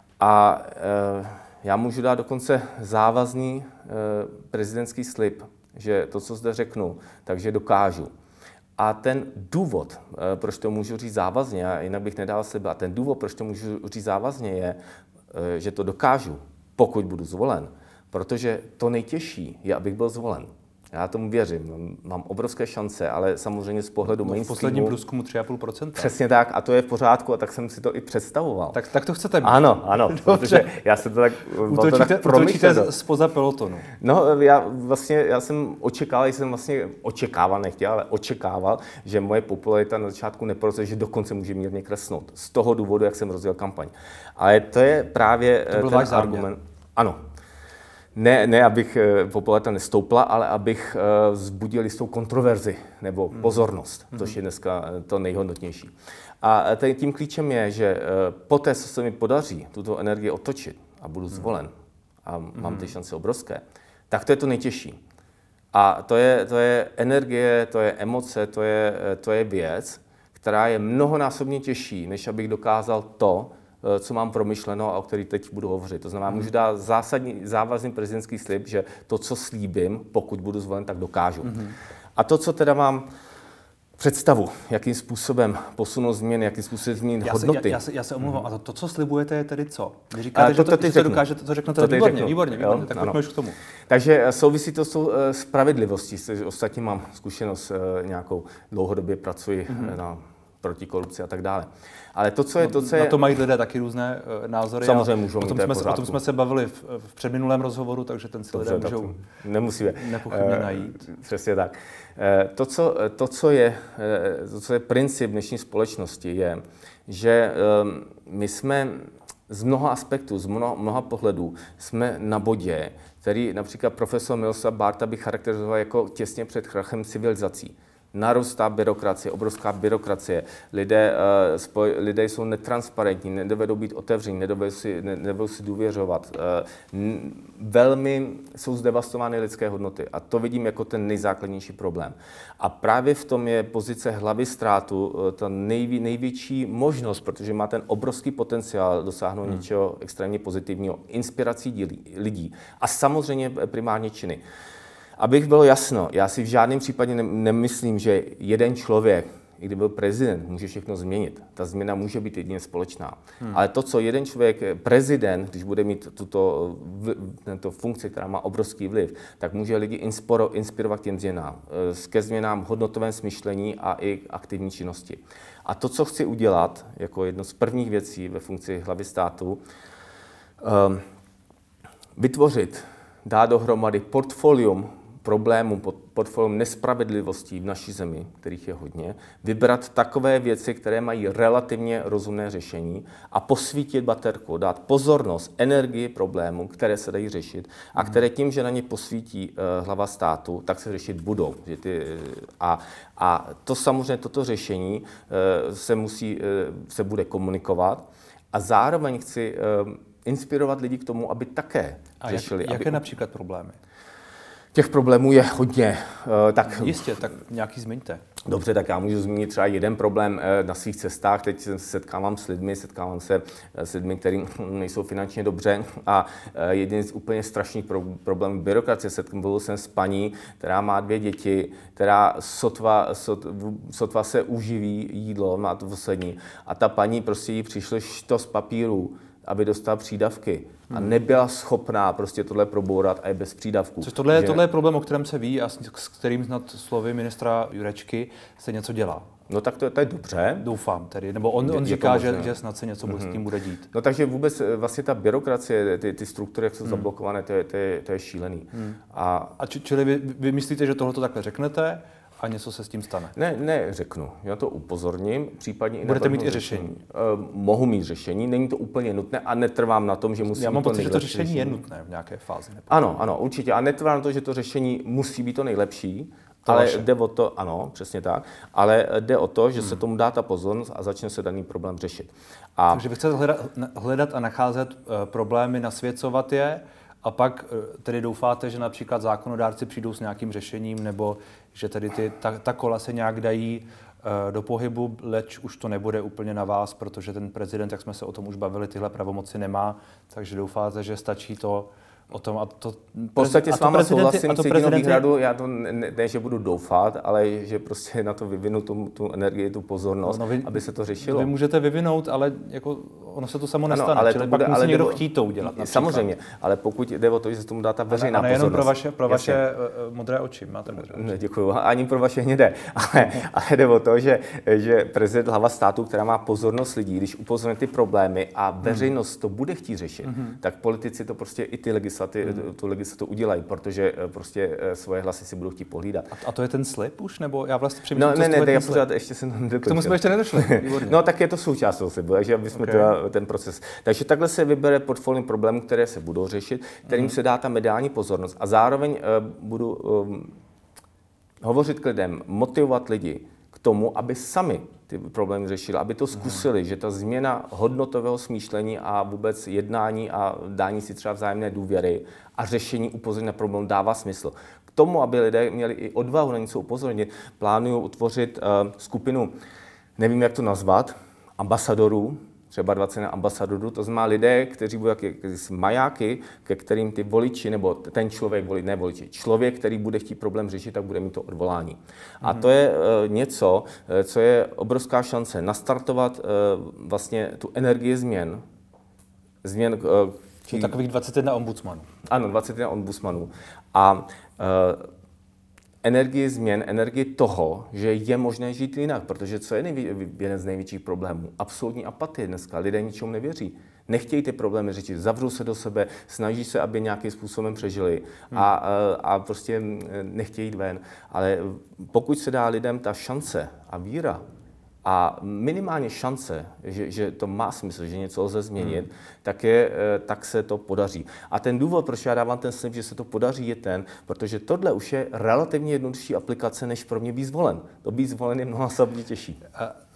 A e, já můžu dát dokonce závazný e, prezidentský slib, že to, co zde řeknu, takže dokážu. A ten důvod, e, proč to můžu říct závazně, a jinak bych nedal slib, a ten důvod, proč to můžu říct závazně, je, e, že to dokážu, pokud budu zvolen. Protože to nejtěžší je, abych byl zvolen. Já tomu věřím, mám obrovské šance, ale samozřejmě z pohledu no, mainstreamu... V posledním průzkumu tři a půl procenta. Přesně tak, a to je v pořádku, a tak jsem si to i představoval. Tak, tak to chcete mít. Ano, ano, protože já jsem to tak, utočíte, to tak promyšlel. Spoza pelotonu. No, já vlastně, já jsem očekával, jsem vlastně očekával, nechtěl, ale očekával, že moje popularita na začátku neporoste, že dokonce může mírně kresnout. Z toho důvodu, jak jsem rozjel kampaň. Ale to je právě to byl ten váš argument. Záměr. Ano. Ne, ne, abych popularita nestoupla, ale abych vzbudil jistou kontroverzi nebo pozornost, mm. což je dneska to nejhodnotnější. A tím klíčem je, že poté, co se mi podaří tuto energii otočit a budu zvolen a mám ty šance obrovské, tak to je to nejtěžší. A to je, to je energie, to je emoce, to je, to je věc, která je mnohonásobně těžší, než abych dokázal to, co mám promyšleno a o který teď budu hovořit. To znamená, můžu dát zásadní, závazný prezidentský slib, že to, co slíbím, pokud budu zvolen, tak dokážu. Mm-hmm. A to, co teda mám představu, jakým způsobem posunout změny, jakým způsobem změnit já hodnoty. Se, já, já, se, já se omlouvám, mm-hmm. a to, to, co slibujete, je tedy co? Vy říkáte, to, to, že to, že to dokážete, to řeknete, to výborně, řeknu. výborně, výborně, Jo? tak pojďme už k tomu. Takže souvisí to s tou spravedlivostí. Ostatně mám zkušenost nějakou, dlouhodobě pracuji mm-hmm. na proti korupci a tak dále. Ale to, co je... To, co je... Na to mají lidé taky různé uh, názory. Samozřejmě můžou mít, o tom, jsme se, o tom jsme se bavili v, v předminulém rozhovoru, takže ten si Dobře, lidé můžou nemusíme. nepochybně najít. Uh, přesně tak. Uh, to, co, to, co je, uh, to, co je princip dnešní společnosti, je, že um, my jsme z mnoha aspektů, z mnoha, mnoha pohledů jsme na bodě, který například profesor Miroslav Bárta by charakterizoval jako těsně před krachem civilizací. Narůstá byrokracie, obrovská byrokracie. Lidé, uh, spoj, lidé jsou netransparentní, nedovedou být otevření, nedovedou si, ne, nedovedou si důvěřovat. Uh, n, velmi jsou zdevastovány lidské hodnoty a to vidím jako ten nejzákladnější problém. A právě v tom je pozice hlavy státu uh, ta nejví, největší možnost, protože má ten obrovský potenciál dosáhnout hmm. něčeho extrémně pozitivního, inspirací dílí, lidí a samozřejmě primárně činy. Abych bylo jasno, já si v žádném případě nemyslím, že jeden člověk i kdyby byl prezident, může všechno změnit. Ta změna může být jedině společná. Hmm. Ale to, co jeden člověk, prezident, když bude mít tuto, tuto funkci, která má obrovský vliv, tak může lidi inspiro, inspirovat k těm změnám. Ke změnám v hodnotovém smýšlení a i aktivní činnosti. A to, co chci udělat, jako jedno z prvních věcí ve funkci hlavy státu, um, vytvořit, dát dohromady portfolium problémů, portfolium nespravedlivostí v naší zemi, kterých je hodně, vybrat takové věci, které mají relativně rozumné řešení a posvítit baterku, dát pozornost, energii problémů, které se dají řešit a které tím, že na ně posvítí uh, hlava státu, tak se řešit budou. Že ty, a, a to samozřejmě, toto řešení uh, se musí, uh, se bude komunikovat a zároveň chci uh, inspirovat lidi k tomu, aby také a řešili. Jak, jaké aby... například problémy? Těch problémů je hodně. Tak... Jistě, tak nějaký zmiňte. Dobře, tak já můžu zmínit třeba jeden problém na svých cestách. Teď se setkávám s lidmi, setkávám se s lidmi, kteří nejsou finančně dobře a jeden z úplně strašných problémů byrokracie. Setkával jsem s paní, která má dvě děti, která sotva, sot, sotva se uživí jídlo, má to poslední. A ta paní prostě jí přišlo štos papírů, aby dostala přídavky. A nebyla schopná prostě tohle probourat a je bez přídavků. Což tohle, že... tohle je problém, o kterém se ví a s kterým snad slovy ministra Jurečky se něco dělá. No tak to, to je dobře. Doufám tedy. Nebo on, on říká, že, že snad se něco mm-hmm. s tím bude dít. No takže vůbec vlastně ta byrokracie, ty, ty struktury, jak jsou mm. zablokované, to je, to je, to je šílený. Mm. A, a či, čili vy, vy myslíte, že tohle takhle řeknete a něco se s tím stane? Ne, ne, řeknu. Já to upozorním, případně i budete mít i řešení? Uh, mohu mít řešení, není to úplně nutné a netrvám na tom, že musí Já mám být to pocit, že to řešení, řešení je nutné v nějaké fázi. Nepocit. Ano, ano, určitě. A netrvám na to, že to řešení musí být to nejlepší, to ale vaše. Jde o to, ano, přesně tak, ale jde o to, že hmm. se tomu dá ta pozornost a začne se daný problém řešit. A... Takže vy chcete hledat, hledat a nacházet uh, problémy, nasvěcovat je, a pak tedy doufáte, že například zákonodárci přijdou s nějakým řešením, nebo že tedy ty, ta, ta kola se nějak dají uh, do pohybu, leč už to nebude úplně na vás, protože ten prezident, jak jsme se o tom už bavili, tyhle pravomoci nemá, takže doufáte, že stačí to o tom a to... V podstatě s váma souhlasím s jedinou výhradu, já to ne, ne, že budu doufat, ale že prostě na to vyvinu tu, tu energii, tu pozornost, no, no vy, aby se to řešilo. Vy můžete vyvinout, ale jako ono se to samo nestane, ano, ale čili to bude, pak musí ale někdo chtít to udělat. Například. Samozřejmě, ale pokud jde o to, že se tomu dá ta veřejná pozornost. A nejenom pro vaše, pro vaše Jasně. modré oči, máte modré oči. Ne, děkuju, ani pro vaše hnědé, ale, ale jde o to, že, že prezident, hlava státu, která má pozornost lidí, když upozorní ty problémy a veřejnost to bude chtít řešit, hmm. tak politici to prostě i ty legislativy, hmm. tu legislativu to udělají, protože prostě svoje hlasy si budou chtít pohlídat. A to je ten slib už, nebo já vlastně přemýšlím, no, co ne, ne, ne, já pořád ještě jsem nedokončil. K tomu jsme ještě nedošli. No, tak je to součást toho slibu, takže aby jsme okay. teda ten proces. Takže takhle se vybere portfolium problémů, které se budou řešit, kterým mm. se dá ta mediální pozornost a zároveň uh, budu um, hovořit k lidem, motivovat lidi k tomu, aby sami ty problémy řešili, aby to zkusili, mm. že ta změna hodnotového smýšlení a vůbec jednání a dání si třeba vzájemné důvěry a řešení upozornění na problém dává smysl. K tomu, aby lidé měli i odvahu na něco upozornit, plánuju utvořit uh, skupinu, nevím, jak to nazvat, ambasadorů, třeba dvacet ambasadorů, to znamená lidé, kteří budou jakýsi majáky, ke kterým ty voliči, nebo ten člověk, voli, ne voliči, člověk, který bude chtít problém řešit, tak bude mít to odvolání. A mm. to je uh, něco, co je obrovská šance nastartovat uh, vlastně tu energii změn. Změn uh, Či... Takových dvacet jedna ombudsmanů. Ano, dvacet jedna ombudsmanů. A uh, energii změn, energii toho, že je možné žít jinak, protože co je nejví, jeden z největších problémů? Absolutní apatie dneska. Lidé ničemu nevěří. Nechtějí ty problémy řešit, zavřou se do sebe, snaží se, aby nějakým způsobem přežili a, a, a prostě nechtějí jít ven. Ale pokud se dá lidem ta šance a víra, a minimálně šance, že, že to má smysl, že něco lze změnit, hmm. tak, je, tak se to podaří. A ten důvod, proč já dávám ten slib, že se to podaří, je ten, protože tohle už je relativně jednodušší aplikace, než pro mě být zvolen. To být zvolen je mnohonásobně těžší.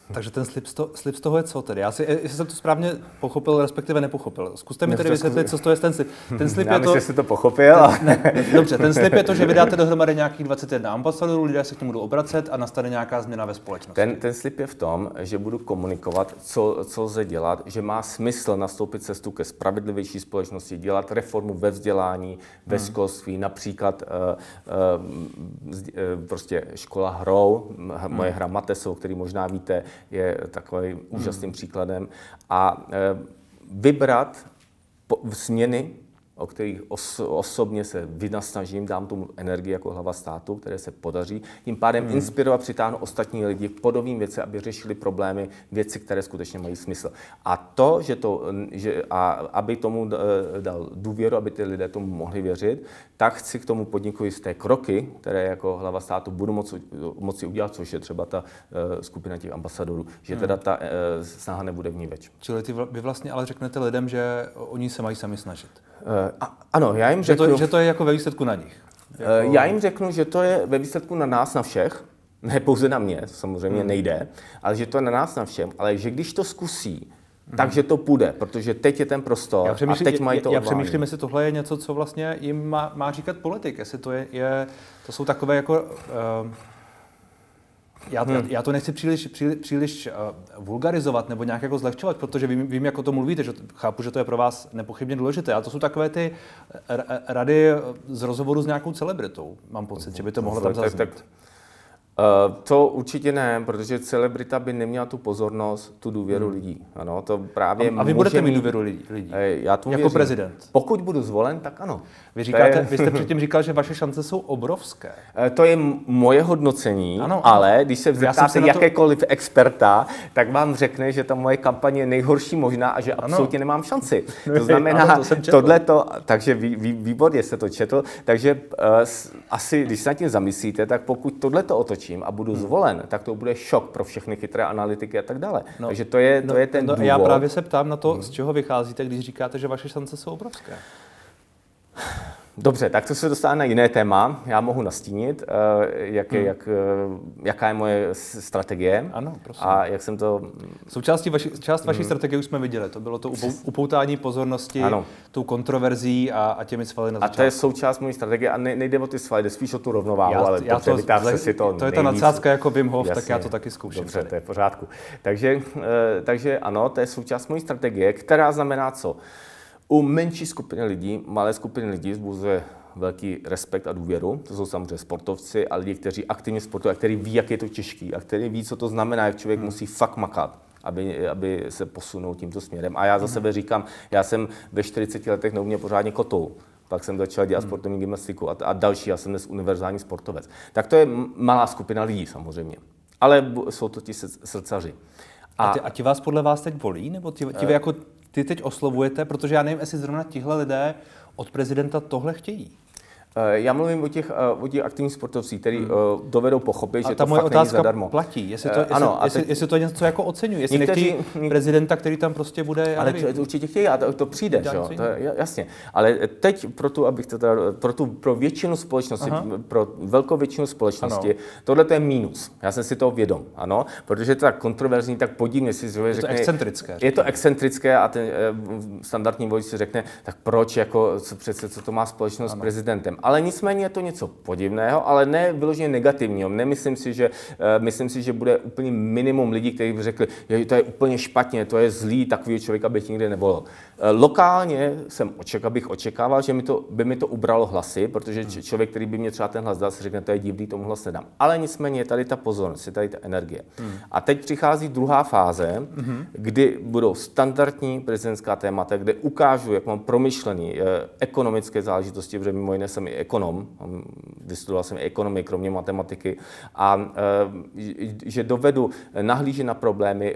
Takže ten slib z, to, slib z toho je co tedy? Já si, jestli jsem to správně pochopil, respektive nepochopil. Zkuste mi tedy vysvětlit, co to je ten slib. Ten slib Já je myslím, to, že jsi to pochopil. Ten, ne, dobře, ten slib je to, že vydáte dohromady nějakých dvacet jedna ambasadorů, lidé se k němu budou obracet a nastane nějaká změna ve společnosti. Ten, ten slib je v tom, že budu komunikovat, co, co lze dělat, že má smysl nastoupit cestu ke spravedlivější společnosti, dělat reformu ve vzdělání, ve hmm. školství, například uh, uh, prostě škola hrou, hmm. moje hra Mateso, který možná víte, je takovým úžasným hmm. příkladem. A uh, vybrat po, změny, o kterých os, osobně se vynasnažím, dám tomu energii jako hlava státu, které se podaří. Tím pádem hmm. inspirovat, přitáhnout ostatní lidi k podobným věcem, aby řešili problémy, věci, které skutečně mají smysl. A to, že to, že, a aby tomu dal důvěru, aby ty lidé tomu mohli věřit, tak chci k tomu podniku jisté kroky, které jako hlava státu budu moci, moci udělat, což je třeba ta uh, skupina těch ambasadorů, že hmm. teda ta uh, snaha nebude vníveč. Čili ty vy vlastně ale řeknete lidem, že oni se mají sami snažit. Uh, a, ano, já jim řeknu... Že to, že to je jako ve výsledku na nich. Jako... Já jim řeknu, že to je ve výsledku na nás, na všech, ne pouze na mě, samozřejmě hmm. nejde, ale že to je na nás, na všem, ale že když to zkusí, hmm. takže to půjde, protože teď je ten prostor a teď mají to Já, já přemýšlím, jestli tohle je něco, co vlastně jim má, má říkat politik, jestli to je, je to jsou takové jako... Uh, Já, hmm. já to nechci příliš, příliš, příliš uh, vulgarizovat nebo nějak jako zlehčovat, protože vím, vím, jak o tom mluvíte, že chápu, že to je pro vás nepochybně důležité, ale to jsou takové ty r- rady z rozhovoru s nějakou celebritou, mám pocit, že by to mohlo tam zaznít. Uh, to určitě ne, protože celebrita by neměla tu pozornost, tu důvěru hmm. lidí. Ano, to právě a, a vy budete mít důvěru lidí? lidí. Já tomu jako věřím. prezident? Pokud budu zvolen, tak ano. Vy, říkáte, je... vy jste předtím říkal, že vaše šance jsou obrovské. To je moje hodnocení, ano, ale když se zeptáte jakékoliv to... experta, tak vám řekne, že ta moje kampaně je nejhorší možná a že ano. absolutně nemám šanci. To znamená, ano, to tohleto, takže vý, vý, výborně jste to četl, takže uh, asi, když se nad tím zamyslíte, tak pokud tohleto otočí a budu zvolen, tak to bude šok pro všechny chytré analytiky a tak dále. No, Takže to je, to no, je ten no, důvod. Já právě se ptám na to, hmm. z čeho vycházíte, když říkáte, že vaše šance jsou obrovské. Dobře, tak to se dostává na jiné téma. Já mohu nastínit, jak, hmm. jak, jaká je moje strategie. Ano, prosím. A jak jsem to... Součástí vaši, část vaší hmm. strategie už jsme viděli. To bylo to upoutání pozornosti, ano. tou kontroverzí a, a těmi svaly na začátku. A to je součást mojí strategie a ne, nejde o ty svaly, jde spíš o tu rovnováhu, já, ale já dobře, vytáhne si to To je ta nadsázka jako Wim Hof, jasně, tak já to taky zkouším. Dobře, tady. To je v pořádku. Takže, takže ano, to je součást mojí strategie, která znamená co? U menší skupiny lidí, malé skupiny lidí vzbuzuje velký respekt a důvěru. To jsou samozřejmě sportovci a lidi, kteří aktivně sportují a kteří ví, jak je to těžký a kteří ví, co to znamená, jak člověk hmm. musí fakt makat, aby, aby se posunul tímto směrem. A já za sebe říkám, já jsem ve čtyřiceti letech neuměl pořádně kotou. Pak jsem začal dělat hmm. sportovní gymnastiku a, a další. Já jsem dnes univerzální sportovec. Tak to je malá skupina lidí samozřejmě. Ale jsou to ti srdcaři. A, a, ty, a ti vás podle vás teď volí? Nebo ti, ti vy jako ty teď oslovujete? Protože já nevím, jestli zrovna tihle lidé od prezidenta tohle chtějí. Já mluvím o těch, o těch aktivních sportovcích, kteří hmm. dovedou pochopit, a že ta to moje fakt otázka není zadarmo. Platí, jestli to, jestli, ano, jestli, teď, jestli to je něco, co jako oceňují, jestli někteří, nechtějí prezidenta, který tam prostě bude, já ale nevím. to určitě chtějí a to, to přijde, že jo, to je, jasně. Ale teď pro tu, abych to teda, pro tu, pro většinu společnosti, Aha. pro velkou většinu společnosti, tohle to je mínus. Já jsem si toho vědom, ano, protože to je tak kontroverzní, tak podívně si řekne, je to excentrické. Je to excentrické a ten standardní volič si řekne, tak proč, jako, co, přece, co to má společnost ano. s prezidentem. Ale nicméně je to něco podivného, ale ne vyloženě negativního. Nemyslím si, že, uh, myslím si, že bude úplně minimum lidí, kteří by řekli, že to je úplně špatně, to je zlý, takový člověk bych nikdy nevolil. Uh, lokálně jsem očekával, bych očekával, že mi to, by mi to ubralo hlasy, protože hmm. člověk, který by mě třeba ten hlas dal, si řekne, to je divný, tomu hlas nedám. Ale nicméně je tady ta pozornost, je tady ta energie. Hmm. A teď přichází druhá fáze, hmm. kdy budou standardní prezidentská témata, kde ukážu, jak mám promyšlený uh, ekonomické záležitosti, protože mimo jiné jsem i ekonom, vystudoval jsem i ekonomii, kromě matematiky, a že dovedu nahlížet na problémy,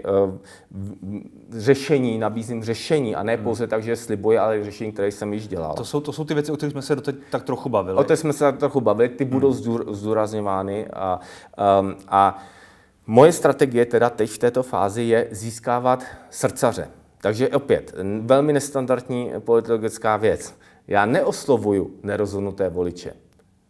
řešení, nabízím řešení a ne pouze tak, že slibuji, ale řešení, které jsem již dělal. To jsou, to jsou ty věci, o kterých jsme se doteď tak trochu bavili. O těch jsme se tak trochu bavili, ty budou hmm. zdůrazňovány a, um, a moje strategie teda teď v této fázi je získávat srdcaře. Takže opět, velmi nestandardní politologická věc. Já neoslovuju nerozhodnuté voliče.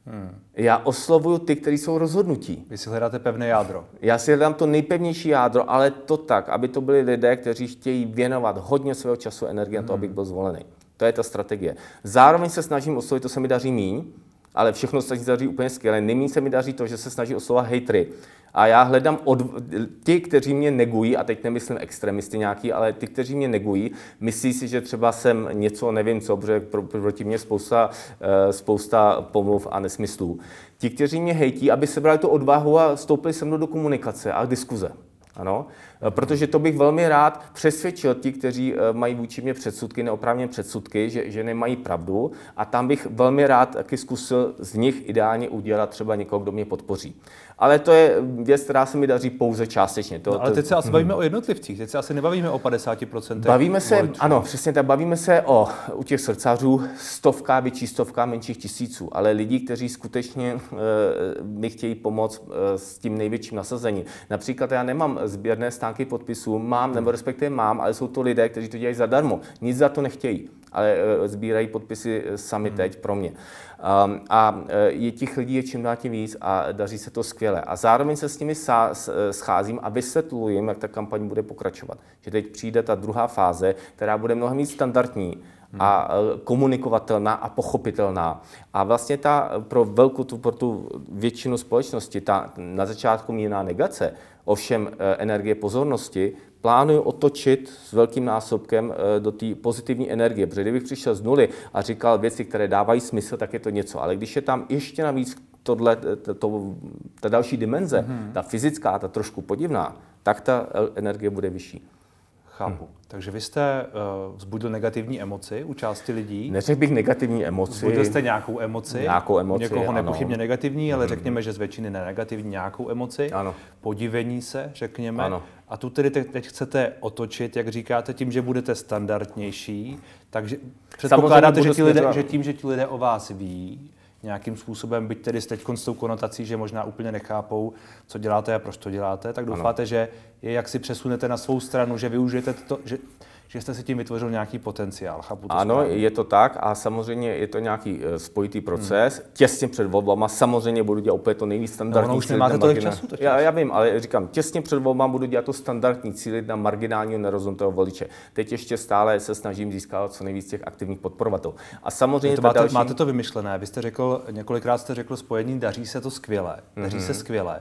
Hmm. Já oslovuju ty, kteří jsou rozhodnutí. Vy si hledáte pevné jádro. Já si hledám to nejpevnější jádro, ale to tak, aby to byli lidé, kteří chtějí věnovat hodně svého času a energie na to, abych byl zvolený. To je ta strategie. Zároveň se snažím oslovit, to se mi daří míň, ale všechno se daří úplně skvěle. Nejméně se mi daří to, že se snaží oslovovat hejtry. A já hledám od ti, kteří mě negují, a teď nemyslím extremisty nějaký, ale ty, kteří mě negují, myslí si, že třeba jsem něco, nevím co, protože proti mě spousta, spousta pomluv a nesmyslů. Ti, kteří mě hejtí, aby se brali tu odvahu a vstoupili se mnou do komunikace a diskuze. Ano, protože to bych velmi rád přesvědčil ti, kteří mají vůči mě předsudky, neoprávněné předsudky, že, že nemají pravdu, a tam bych velmi rád taky zkusil z nich ideálně udělat třeba někoho, kdo mě podpoří. Ale to je věc, která se mi daří pouze částečně. To, no, ale to, teď se asi bavíme o jednotlivcích, teď se asi nebavíme o padesáti procentech. Bavíme se, voličů. ano, přesně tak, bavíme se o, u těch srdcařů stovka, větší stovka, menších tisíců, ale lidí, kteří skutečně e, mi chtějí pomoct e, s tím největším nasazením. Například já nemám sběrné stánky podpisů, mám, nebo respektive mám, ale jsou to lidé, kteří to dělají zadarmo, nic za to nechtějí, ale e, sbírají podpisy sami hmm. teď pro mě. Um, a je těch lidí je čím dál tím víc a daří se to skvěle. A zároveň se s nimi scházím a vysvětluji jim, jak ta kampaň bude pokračovat. Že teď přijde ta druhá fáze, která bude mnohem víc standardní a komunikovatelná a pochopitelná. A vlastně ta pro velkou, tu, pro tu většinu společnosti, ta na začátku mírná negace, ovšem energie pozornosti, plánuju otočit s velkým násobkem do té pozitivní energie. Protože kdybych přišel z nuly a říkal věci, které dávají smysl, tak je to něco. Ale když je tam ještě navíc tohle, to, to, ta další dimenze, mm-hmm. ta fyzická, ta trošku podivná, tak ta energie bude vyšší. Chápu. Hmm. Takže vy jste uh, vzbudil negativní emoci u části lidí. Neřekl bych negativní emoci. Vzbudil jste nějakou emoci. Nějakou emoci, Někoho ano. nepochybně negativní, ale řekněme, že z většiny nenegativní nějakou emoci. Ano. Podivení se, řekněme. Ano. A tu tedy teď chcete otočit, jak říkáte, tím, že budete standardnější. Takže předpokládáte, že, ti lidé, že tím, že ti lidé o vás ví, nějakým způsobem, byť tedy s teďkon s tou konotací, že možná úplně nechápou, co děláte a proč to děláte, tak doufáte, ano. že je jak si přesunete na svou stranu, že využijete to, že, že jste si tím vytvořil nějaký potenciál. Chápu to ano, správně. Je to tak a samozřejmě je to nějaký spojitý proces. Hmm. Těsně před volbama samozřejmě budu dělat úplně to nejvíc standardní. No, už nemáte tolik času. Já, já vím, ale říkám, těsně před volbama budu dělat to standardní cíly na marginálního nerozhodnutého voliče. Teď ještě stále se snažím získávat co nejvíc těch aktivních podporovatelů. A samozřejmě to máte, další... máte to vymyšlené. Vy jste řekl, několikrát jste řekl spojení, daří se to skvěle. Daří mm-hmm. se skvěle.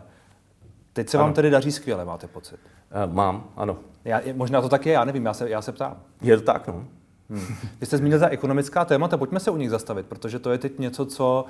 Teď se ano. vám tedy daří skvěle, máte pocit? Uh, mám, ano. Já, možná to tak je, já nevím, já se, já se ptám. Je to tak, no. Hmm. Vy jste zmínil za ekonomická témata, pojďme se u nich zastavit, protože to je teď něco, co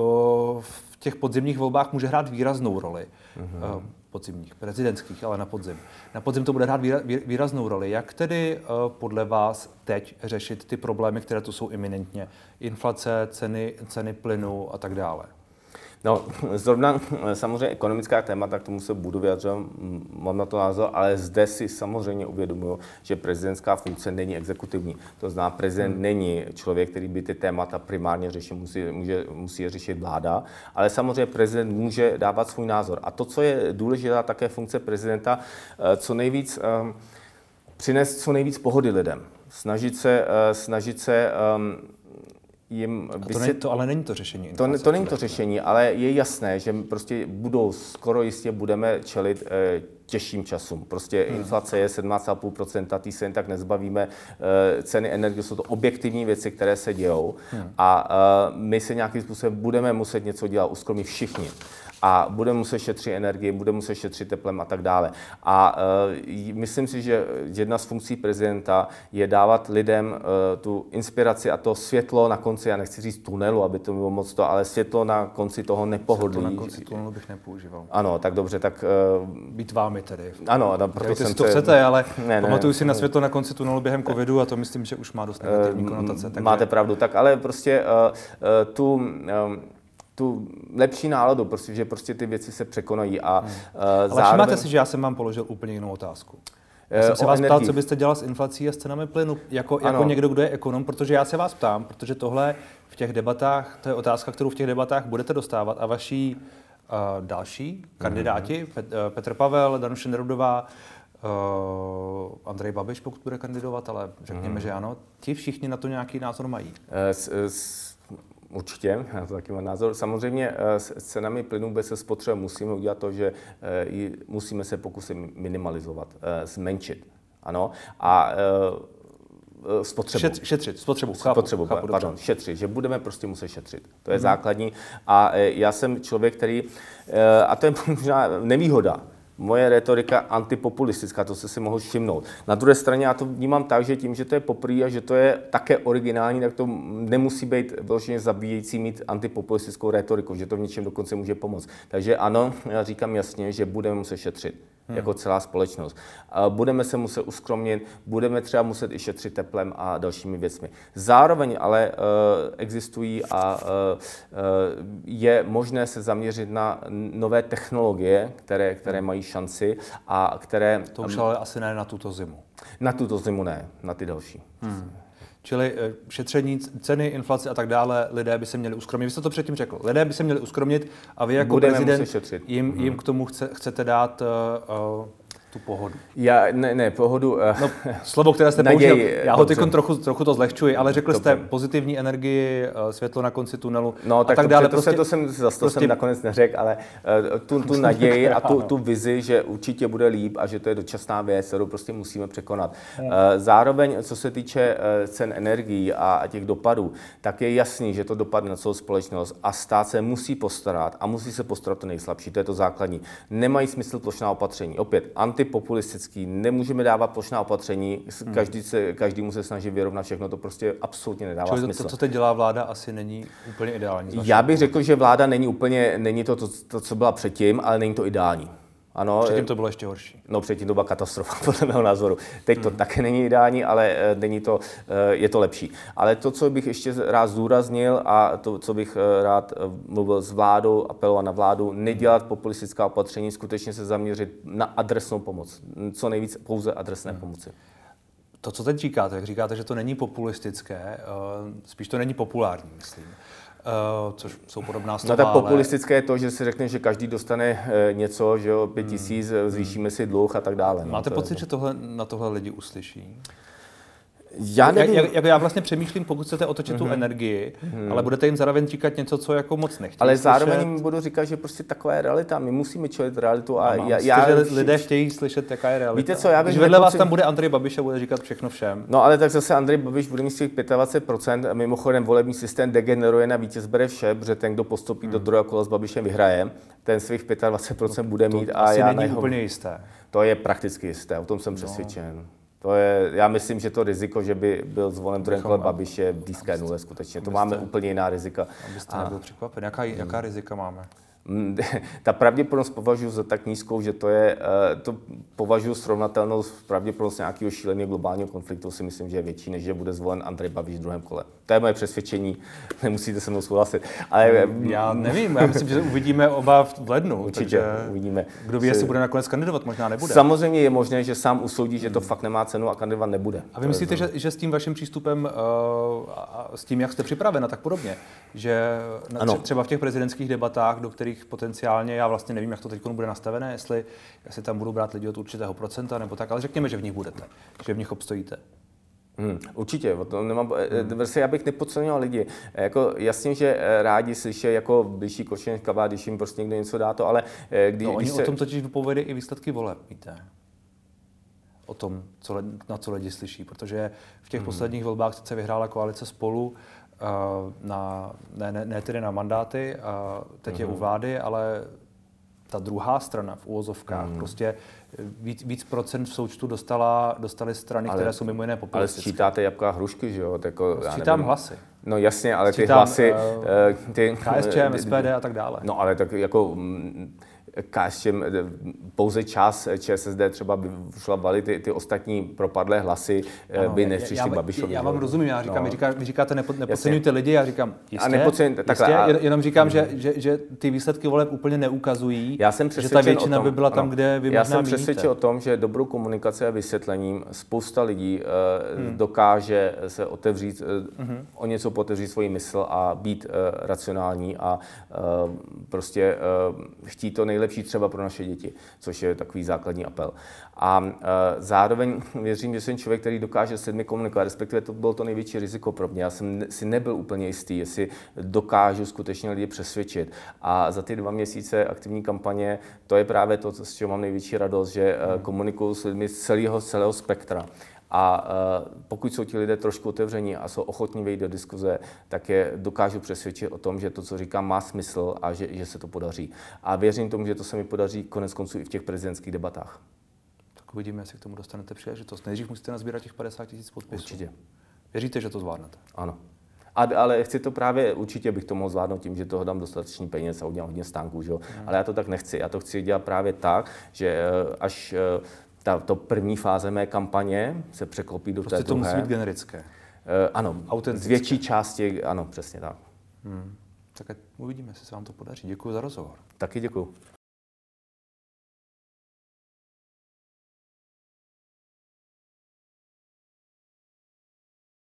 o, v těch podzimních volbách může hrát výraznou roli. Mm-hmm. O, podzimních, prezidentských, ale na podzim. Na podzim to bude hrát výra, výraznou roli. Jak tedy o, podle vás teď řešit ty problémy, které tu jsou iminentně? Inflace, ceny, ceny plynu a tak dále. No, zrovna samozřejmě ekonomická témata, k tomu se budu vyjadřovat, mám na to názor, ale zde si samozřejmě uvědomuji, že prezidentská funkce není exekutivní. To znamená, prezident hmm. není člověk, který by ty témata primárně řešil, musí, může, musí je řešit vláda, ale samozřejmě prezident může dávat svůj názor. A to, co je důležitá také funkce prezidenta, co nejvíc, přinést co nejvíc pohody lidem. Snažit se, snažit se jim to, ne, to ale není to řešení. To, to není to řešení, ale je jasné, že prostě budou, skoro jistě budeme čelit e, těžším časům. Prostě hmm. inflace je sedmnáct celá pět procenta, tý se jen tak nezbavíme. E, ceny energie jsou to objektivní věci, které se dějou hmm. a e, my se nějakým způsobem budeme muset něco dělat, uskromí všichni. A budeme muset šetřit energii, budeme muset šetřit teplem a tak dále. A e, myslím si, že jedna z funkcí prezidenta je dávat lidem e, tu inspiraci a to světlo na konci, já nechci říct tunelu, aby to bylo moc to, ale světlo na konci toho nepohodlí. Světlo na konci tunelu bych nepoužíval. Ano, tak dobře, tak... E, Být vámi tedy. Ano, no, proto jsem si to chcete, ale ne, pamatuju ne, si na světlo na konci tunelu během covidu a to myslím, že už má dost negativní konotace. Takže... Máte pravdu, tak ale prostě uh, uh, tu... Um, tu lepší náladu, prostě, že prostě ty věci se překonají. A, hmm. uh, Ale zároveň... všimáte si, že já jsem vám položil úplně jinou otázku. Já jsem se vás ptal, co byste dělal s inflací a s cenami plynu, jako, jako někdo, kdo je ekonom, protože já se vás ptám, protože tohle v těch debatách, to je otázka, kterou v těch debatách budete dostávat a vaši uh, další kandidáti, hmm. Pet, uh, Petr Pavel, Danuše Nerudová, uh, Andrej Babiš, pokud bude kandidovat, ale řekněme, hmm. že ano, ti všichni na to nějaký názor mají. S, s... Určitě, já to taky mám názor. Samozřejmě s cenami plynu bez spotřeby musíme udělat to, že musíme se pokusit minimalizovat, zmenšit. Ano. A spotřebu. Šet, šetřit, spotřebu. Chápu, spotřebu, chápu, pardon, šetřit, že budeme prostě muset šetřit. To je mm. základní. A já jsem člověk, který, a to je možná nevýhoda, moje retorika antipopulistická, to se si mohl všimnout. Na druhé straně já to vnímám tak, že tím, že to je poprvé a že to je také originální, tak to nemusí být vyloženě zabíjející mít antipopulistickou retoriku, že to v něčem dokonce může pomoct. Takže ano, já říkám jasně, že budeme muset šetřit. Hmm. Jako celá společnost. Budeme se muset uskromnit, budeme třeba muset i šetřit teplem a dalšími věcmi. Zároveň ale uh, existují a uh, je možné se zaměřit na nové technologie, které, které mají šanci a které... To už ale asi ne na tuto zimu. Na tuto zimu ne, na ty další. Hmm. Čili šetření, ceny, inflace a tak dále, lidé by se měli uskromnit. Vy jste to předtím řekl. Lidé by se měli uskromnit a vy jako Budeme prezident jim, jim k tomu chce, chcete dát uh, tu pohodu. Já, ne, ne, pohodu... Uh, no, slovo, které jste použil, já ho teď trochu, trochu to zlehčuji, ale řekl dobře. Jste pozitivní energii, světlo na konci tunelu no, a tak, tak to, dále. To, prostě, to jsem, zase to prostě... jsem nakonec neřekl, ale uh, tu, tu naději a tu, tu vizi, že určitě bude líp a že to je dočasná věc, kterou prostě musíme překonat. Uh, zároveň, co se týče uh, cen energií a, a těch dopadů, tak je jasný, že to dopadne na celou společnost a stát se musí postarat a musí se postarat to nejslabší, to je to základní. Nemají smysl plošná opatření. Opět antipopulistický, nemůžeme dávat plošná opatření, každý se, každý musí snažit vyrovnat všechno, to prostě absolutně nedává Čili smysl. To, co teď dělá vláda, asi není úplně ideální. Já bych řekl, že vláda není úplně, není to, to, to, co byla předtím, ale není to ideální. Ano, předtím to bylo ještě horší. No předtím to byla katastrofa, podle mého názoru. Teď to mm. také není ideální, ale není to, je to lepší. Ale to, co bych ještě rád zdůraznil a to, co bych rád mluvil s vládou, apeloval na vládu, nedělat populistická opatření, skutečně se zaměřit na adresnou pomoc. Co nejvíc pouze adresné mm. pomoci. To, co teď říkáte, jak říkáte, že to není populistické, spíš to není populární, myslím. Uh, což jsou podobná slova, no tak ale... populistické je to, že si řekne, že každý dostane e, něco, že jo, pět tisíc, hmm. zvýšíme si dluh a tak dále. No, máte to pocit, je... že tohle, na tohle lidi uslyší? Já nevím. Jak, jak já vlastně přemýšlím, pokud chcete otočit mm-hmm. tu energii, mm-hmm. ale budete jim zároveň říkat něco, co jako moc nechtějí. Ale slyšet. zároveň jim budu říkat, že prostě taková je realita. My musíme čelit realitu. A ano, já, jste, já, že lidé chtějí slyšet, jaká je realita. Víte co, já bych Když vedle vás tam bude Andrej Babiš a bude říkat všechno všem. No ale tak zase Andrej Babiš bude mít těch dvacet pět procent. Mimochodem volební systém degeneruje na vítěz bere vše, protože ten, kdo postoupí hmm. do druhého kola s Babišem, vyhraje. Ten svých dvacet pět procent bude mít. To a asi já není neho... úplně jisté. To je prakticky jisté, o tom jsem přesvědčen. No. To je, já myslím, že to riziko, že by byl zvolen druhý kole Babiš, je blízké nule skutečně. To máme úplně jiná rizika. Abyste a... nebyl překvapen. Jaká, jaká rizika máme? Ta pravděpodobnost považuji za tak nízkou, že to je, to považuji srovnatelnou s pravděpodobnost nějakého šíleného globálního konfliktu, si myslím, že je větší, než že bude zvolen Andrej Babiš v druhém kole. To je moje přesvědčení, nemusíte se mnou souhlasit. Ale já nevím, já myslím, že uvidíme oba v lednu. Určitě uvidíme. Kdo ví, jestli bude nakonec kandidovat, možná nebude. Samozřejmě je možné, že sám usoudí, že to fakt nemá cenu a kandidovat nebude. A vy to myslíte, že, že s tím vaším přístupem uh, a s tím, jak jste připraven a tak podobně, že na, třeba v těch prezidentských debatách, do kterých potenciálně, já vlastně nevím, jak to teď bude nastavené, jestli, jestli tam budou brát lidi od určitého procenta nebo tak, ale řekněme, že v nich budete, že v nich obstojíte. Hmm, určitě, to nemám, hmm. já bych nepodceňoval lidi. Jako, jasně, že rádi slyší jako blížší košeň kabát, když jim prostě někdo něco dá to, ale když, no, oni když se... o tom totiž vypovědí i výsledky voleb, víte. O tom, co, na co lidi slyší, protože v těch hmm. posledních volbách se vyhrála koalice Spolu, na, ne, ne, ne tedy na mandáty, teď mm-hmm. je u vlády, ale ta druhá strana v uvozovkách, mm. prostě víc, víc procent v součtu dostala, dostaly strany, ale, které jsou mimo jiné populistické. Ale sčítáte jabka a hrušky, že jo? Jako, sčítám hlasy. No jasně, ale ty hlasy... Uh, ty, K S Č M, S P D a tak dále. No ale tak jako... K S Č M, pouze část Č S S D třeba by šla valit, ty, ty ostatní propadlé hlasy ano, by nepřišly Babišovi. Já vám rozumím, já říkám, no. vy, říká, vy říkáte nepo, nepodceňujte lidi, já říkám jistě, a takhle, jistě a... jenom říkám, mm. že, že, že ty výsledky voleb úplně neukazují, já jsem že ta většina tom, by byla tam, ano, kde vy já možná jsem přesvědčen o tom, že dobrou komunikaci a vysvětlením spousta lidí uh, hmm. dokáže se otevřít, uh, hmm. o něco potevřít svoji mysl a být uh, racionální a uh, prostě uh, chtít to nejlepší nejlepší třeba pro naše děti, což je takový základní apel. A uh, zároveň věřím, že jsem člověk, který dokáže s lidmi komunikovat, respektive to bylo to největší riziko pro mě. Já jsem si nebyl úplně jistý, jestli dokážu skutečně lidi přesvědčit. A za ty dva měsíce aktivní kampaně, to je právě to, z čeho mám největší radost, že uh, komunikuju s lidmi z celého, celého spektra. A uh, pokud jsou ti lidé trošku otevření a jsou ochotní vejít do diskuze, tak je dokážu přesvědčit o tom, že to, co říkám, má smysl a že, že se to podaří. A věřím tomu, že to se mi podaří konec konců i v těch prezidentských debatách. Tak uvidíme, jestli k tomu dostanete příležitost. Nejdřív musíte nazbírat těch padesát tisíc podpisů. Určitě. Věříte, že to zvládnete? Ano. A, ale chci to právě, určitě bych to mohl zvládnout tím, že toho dám dostatečný peněz a udělám hodně stánků, že? Hmm. Ale já to tak nechci. Já to chci dělat právě tak, že až ta to první fáze mé kampaně se překlopí do prostě té druhé. To musí být generické. Uh, ano, z větší části, ano, přesně tak. Hmm. Tak uvidíme, jestli se vám to podaří. Děkuji za rozhovor. Taky děkuji.